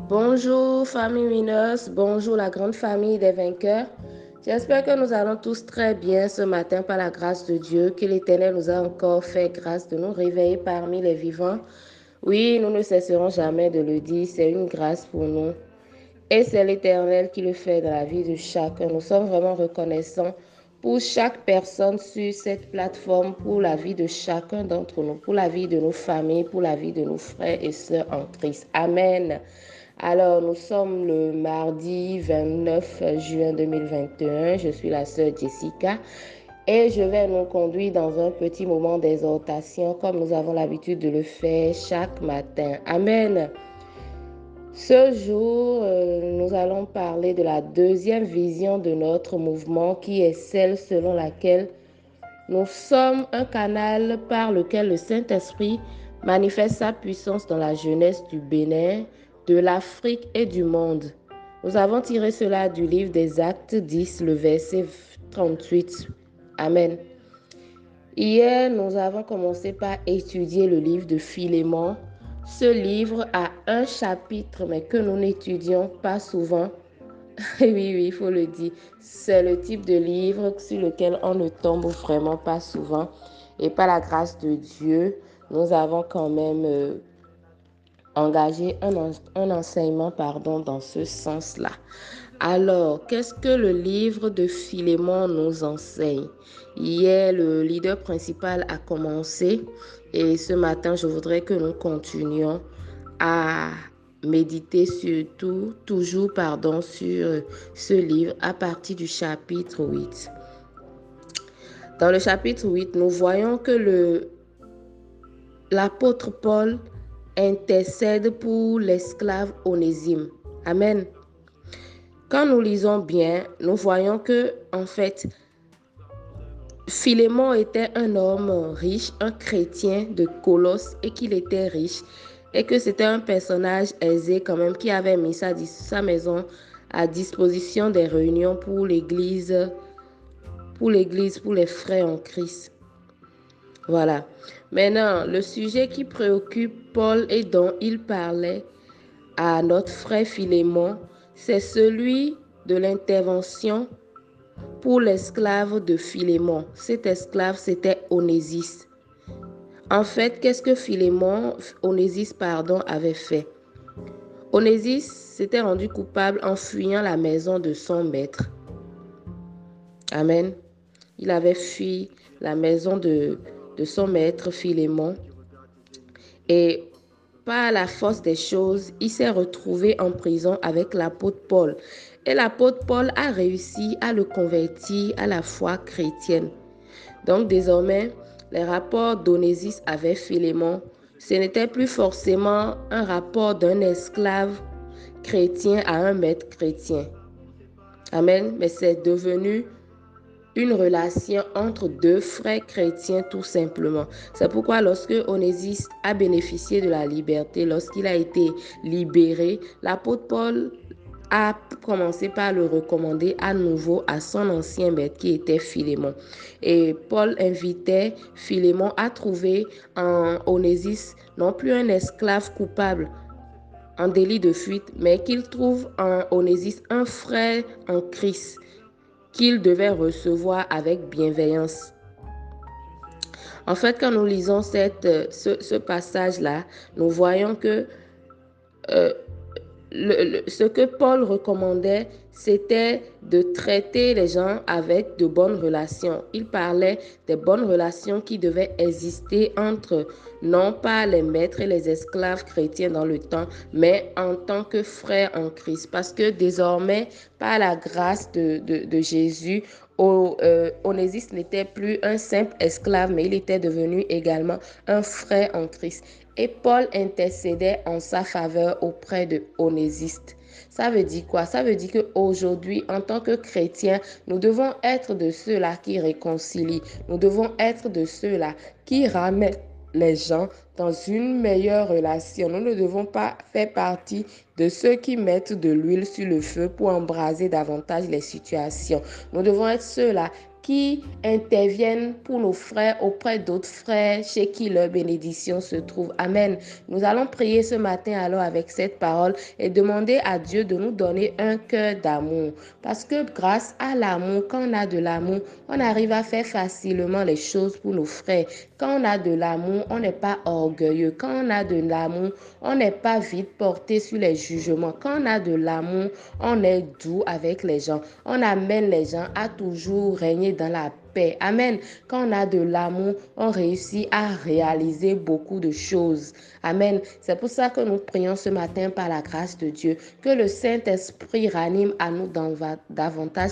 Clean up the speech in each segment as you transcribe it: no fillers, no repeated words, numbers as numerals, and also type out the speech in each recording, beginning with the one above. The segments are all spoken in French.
Bonjour famille Winners, bonjour la grande famille des vainqueurs. J'espère que nous allons tous très bien ce matin par la grâce de Dieu, que l'Éternel nous a encore fait grâce de nous réveiller parmi les vivants. Oui, nous ne cesserons jamais de le dire, c'est une grâce pour nous. Et c'est l'Éternel qui le fait dans la vie de chacun. Nous sommes vraiment reconnaissants pour chaque personne sur cette plateforme, pour la vie de chacun d'entre nous, pour la vie de nos familles, pour la vie de nos frères et sœurs en Christ. Amen. Alors, nous sommes le mardi 29 juin 2021. Je suis la sœur Jessica et je vais nous conduire dans un petit moment d'exhortation comme nous avons l'habitude de le faire chaque matin. Amen. Ce jour, nous allons parler de la deuxième vision de notre mouvement qui est celle selon laquelle nous sommes un canal par lequel le Saint-Esprit manifeste sa puissance dans la jeunesse du Bénin, de l'Afrique et du monde. Nous avons tiré cela du livre des Actes 10, le verset 38. Amen. Hier, nous avons commencé par étudier le livre de Philémon. Ce livre a un chapitre, mais que nous n'étudions pas souvent. Oui, il faut le dire. C'est le type de livre sur lequel on ne tombe vraiment pas souvent. Et par la grâce de Dieu, nous avons quand même engagé un enseignement dans ce sens-là. Alors, qu'est-ce que le livre de Philémon nous enseigne? Hier, le leader principal a commencé et ce matin, je voudrais que nous continuions à méditer toujours sur ce livre à partir du chapitre 8. Dans le chapitre 8, nous voyons que l'apôtre Paul intercède pour l'esclave Onésime. Amen. Quand nous lisons bien, nous voyons que, en fait, Philémon était un homme riche, un chrétien de Colosse et qu'il était riche et que c'était un personnage aisé quand même qui avait mis sa maison à disposition des réunions pour l'église, pour les frères en Christ. Voilà. Maintenant, le sujet qui préoccupe Paul et dont il parlait à notre frère Philémon, c'est celui de l'intervention pour l'esclave de Philémon. Cet esclave, c'était Onésiste. En fait, qu'est-ce que Onésiste, avait fait? Onésiste s'était rendu coupable en fuyant la maison de son maître. Amen. Il avait fui la maison de son maître Philémon et par la force des choses, il s'est retrouvé en prison avec l'apôtre Paul. Et l'apôtre Paul a réussi à le convertir à la foi chrétienne. Donc désormais, les rapports d'Onésiste avec Philémon, ce n'était plus forcément un rapport d'un esclave chrétien à un maître chrétien. Amen. Mais c'est devenu une relation entre deux frères chrétiens tout simplement. C'est pourquoi lorsque Onésiste a bénéficié de la liberté, lorsqu'il a été libéré, l'apôtre Paul a commencé par le recommander à nouveau à son ancien maître qui était Philémon. Et Paul invitait Philémon à trouver en Onésiste non plus un esclave coupable en délit de fuite, mais qu'il trouve en Onésiste un frère en Christ qu'il devait recevoir avec bienveillance. En fait, quand nous lisons ce passage-là, nous voyons que ce que Paul recommandait, c'était de traiter les gens avec de bonnes relations. Il parlait des bonnes relations qui devaient exister entre non pas les maîtres et les esclaves chrétiens dans le temps, mais en tant que frères en Christ. Parce que désormais, par la grâce de Jésus, Onésiste n'était plus un simple esclave, mais il était devenu également un frère en Christ. Et Paul intercédait en sa faveur auprès de Onésiste. Ça veut dire quoi? Ça veut dire qu'aujourd'hui, en tant que chrétiens, nous devons être de ceux-là qui réconcilient. Nous devons être de ceux-là qui ramènent les gens dans une meilleure relation. Nous ne devons pas faire partie de ceux qui mettent de l'huile sur le feu pour embraser davantage les situations. Nous devons être ceux-là qui interviennent pour nos frères auprès d'autres frères chez qui leur bénédiction se trouve. Amen. Nous allons prier ce matin alors avec cette parole et demander à Dieu de nous donner un cœur d'amour. Parce que grâce à l'amour, quand on a de l'amour, on arrive à faire facilement les choses pour nos frères. Quand on a de l'amour, on n'est pas orgueilleux. Quand on a de l'amour, on n'est pas vite porté sur les jugements. Quand on a de l'amour, on est doux avec les gens. On amène les gens à toujours régner dans la paix. Amen. Quand on a de l'amour, on réussit à réaliser beaucoup de choses. Amen. C'est pour ça que nous prions ce matin par la grâce de Dieu. Que le Saint-Esprit ranime à nous davantage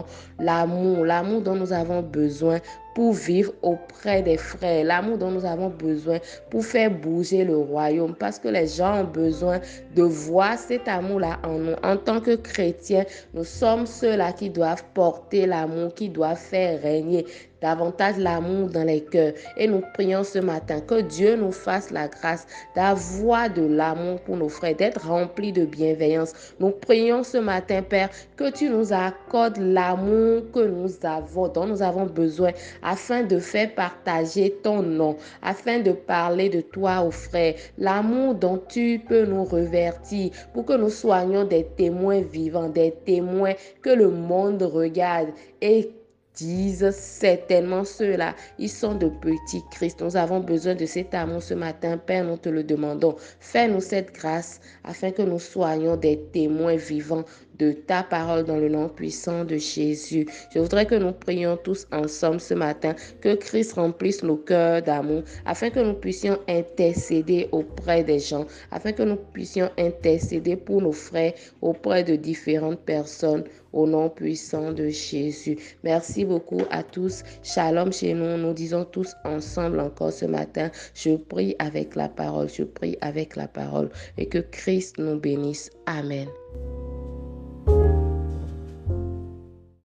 l'amour dont nous avons besoin pour vivre auprès des frères, l'amour dont nous avons besoin pour faire bouger le royaume, parce que les gens ont besoin de voir cet amour-là en nous. En tant que chrétiens, nous sommes ceux-là qui doivent porter l'amour, qui doivent faire régner davantage l'amour dans les cœurs. Et nous prions ce matin que Dieu nous fasse la grâce d'avoir de l'amour pour nos frères, d'être remplis de bienveillance. Nous prions ce matin, Père, que tu nous accordes l'amour que nous avons, dont nous avons besoin, afin de faire partager ton nom, afin de parler de toi aux frères. L'amour dont tu peux nous revertir pour que nous soyons des témoins vivants, des témoins que le monde regarde et disent certainement ceux-là, ils sont de petits Christ. Nous avons besoin de cet amour ce matin, Père, nous te le demandons. Fais-nous cette grâce afin que nous soyons des témoins vivants de ta parole dans le nom puissant de Jésus. Je voudrais que nous prions tous ensemble ce matin, que Christ remplisse nos cœurs d'amour, afin que nous puissions intercéder auprès des gens, afin que nous puissions intercéder pour nos frères auprès de différentes personnes, au nom puissant de Jésus. Merci beaucoup à tous. Shalom chez nous. Nous disons tous ensemble encore ce matin, je prie avec la parole, je prie avec la parole, et que Christ nous bénisse. Amen.